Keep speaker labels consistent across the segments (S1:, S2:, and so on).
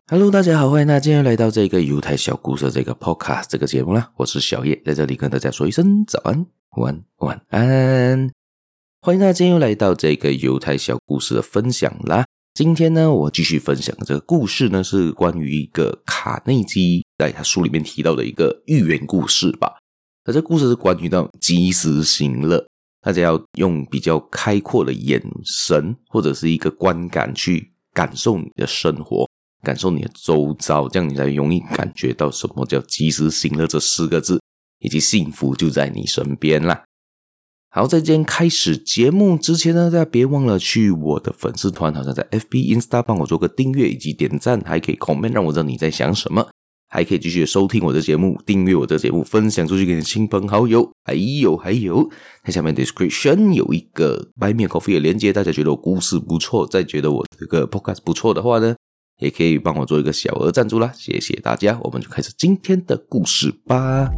S1: Hello， 大家好，欢迎大家今天来到这个犹太小故事这个 podcast 这个节目啦，我是小叶，在这里跟大家说一声早安、午安、晚安。欢迎大家今天又来到这个犹太小故事的分享啦。今天呢，我继续分享这个故事呢，是关于一个卡内基在他书里面提到的一个寓言故事吧。那这故事是关于到及时行乐，大家要用比较开阔的眼神或者是一个观感去感受你的生活，感受你的周遭，这样你才容易感觉到什么叫及时行乐这4个字，以及幸福就在你身边啦。好，在今天开始节目之前呢，大家别忘了去我的粉丝团，好像在 FB、Insta 帮我做个订阅以及点赞，还可以 comment 让我知道你在想什么，还可以继续收听我的节目，订阅我的节目，分享出去给你的亲朋好友。还有在下面 description 有一个 Buy Me a Coffee 的连结，大家觉得我故事不错，再觉得我这个 podcast 不错的话呢，也可以帮我做一个小额赞助啦，谢谢大家。我们就开始今天的故事吧。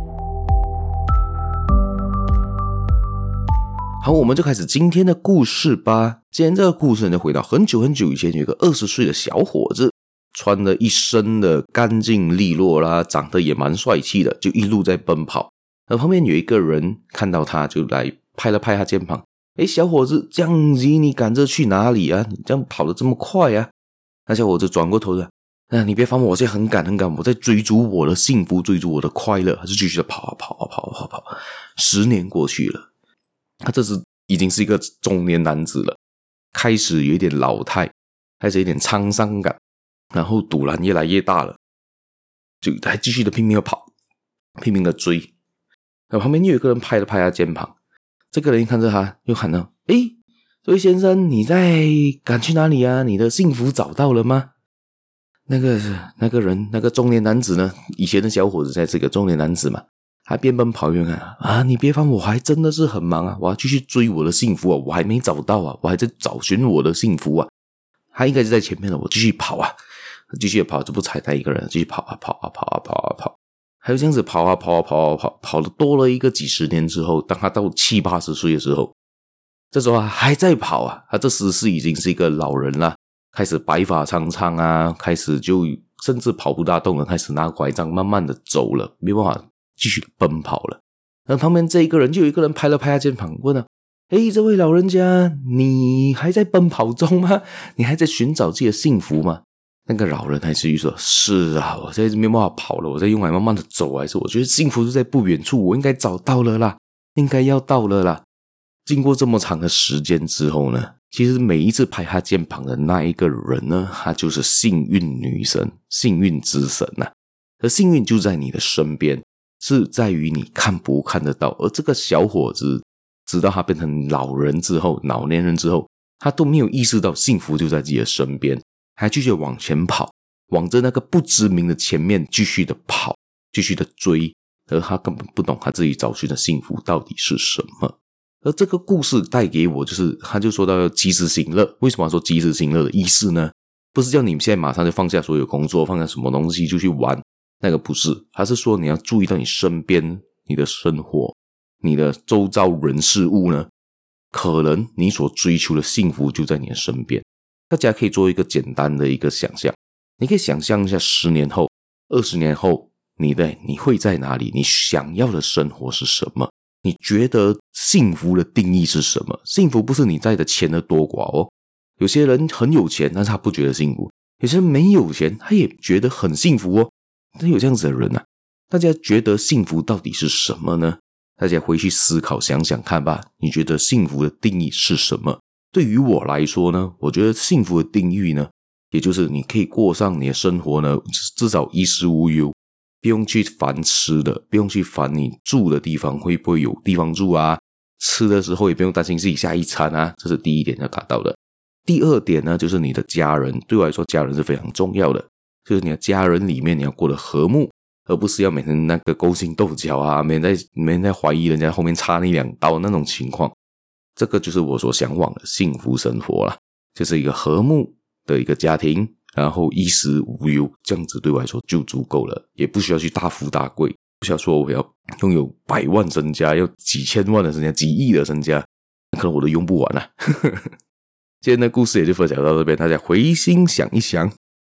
S1: 好，我们就开始今天的故事吧。今天这个故事呢，回到很久很久以前，有一个20岁的小伙子，穿了一身的干净利落啦，长得也蛮帅气的，就一路在奔跑。而旁边有一个人看到他，就来拍了拍他肩膀，诶，小伙子，这样子你赶着去哪里啊？你这样跑得这么快啊？那小伙子转过头的，你别烦我，我现在很赶，我在追逐我的幸福，追逐我的快乐，还是继续的跑。10年过去了，他这时已经是一个中年男子了，开始有一点老态，开始有一点沧桑感，然后赌篮越来越大了，就还继续的拼命的跑，拼命的追。然后旁边又有一个人拍了拍他肩膀，这个人一看着他，又喊道：诶，这位先生，你在赶去哪里啊？你的幸福找到了吗？那个人，那个中年男子呢？以前的小伙子，在这个中年男子嘛，他边奔跑边看啊，你别烦我，还真的是很忙啊，我要继续追我的幸福啊，我还没找到啊，我还在找寻我的幸福啊。他应该是在前面了，我继续跑啊，继续跑，就不踩他一个人，继续跑。还有这样子跑了多了一个几十年之后，当他到70、80岁的时候，这时候还在跑啊，他这时是已经是一个老人了，开始白发苍苍啊，开始就甚至跑不大动了，开始拿拐杖慢慢的走了，没办法继续奔跑了。然后旁边这一个人就有一个人拍了拍他肩膀，问了：诶，这位老人家，你还在奔跑中吗？你还在寻找自己的幸福吗？那个老人还是说：是啊，我现在没办法跑了，我在用来慢慢的走，还是我觉得幸福就在不远处，我应该找到了啦，应该要到了啦。经过这么长的时间之后呢，其实每一次拍他肩膀的那一个人呢，他就是幸运女神，幸运之神啊。而幸运就在你的身边，是在于你看不看得到。而这个小伙子直到他变成老年人之后，他都没有意识到幸福就在自己的身边，还继续往前跑，往着那个不知名的前面继续的跑，继续的追。而他根本不懂他自己找寻的幸福到底是什么。而这个故事带给我就是他就说到要及时行乐。为什么要说及时行乐的意思呢？不是叫你们现在马上就放下所有工作，放下什么东西就去玩，那个不是，他是说你要注意到你身边，你的生活，你的周遭人事物呢，可能你所追求的幸福就在你的身边。大家可以做一个简单的一个想象，你可以想象一下10年后、20年后，你会在哪里？你想要的生活是什么？你觉得幸福的定义是什么？幸福不是你在的钱的多寡哦。有些人很有钱，但是他不觉得幸福；有些人没有钱，他也觉得很幸福哦。但有这样子的人啊，大家觉得幸福到底是什么呢？大家回去思考想想看吧，你觉得幸福的定义是什么？对于我来说呢，我觉得幸福的定义呢，也就是你可以过上你的生活呢，至少衣食无忧，不用去烦吃的，不用去烦你住的地方会不会有地方住啊，吃的时候也不用担心自己下一餐啊，这是第一点要达到的。第二点呢，就是你的家人，对我来说家人是非常重要的，就是你的家人里面你要过得和睦，而不是要每天那个勾心斗角啊，每天在怀疑人家后面插你2刀那种情况。这个就是我所向往的幸福生活啦，就是一个和睦的一个家庭，然后衣食无忧，这样子对我来说就足够了，也不需要去大富大贵，不需要说我要拥有100万身家，要几千万的身家，几亿的身家，可能我都用不完啊。今天的故事也就分享到这边，大家回心想一想，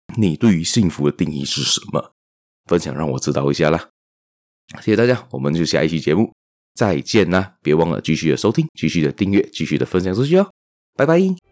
S1: 你对于幸福的定义是什么？分享让我知道一下啦。谢谢大家，我们就下一期节目再见啦！别忘了继续的收听，继续的订阅，继续的分享出去哦。拜拜。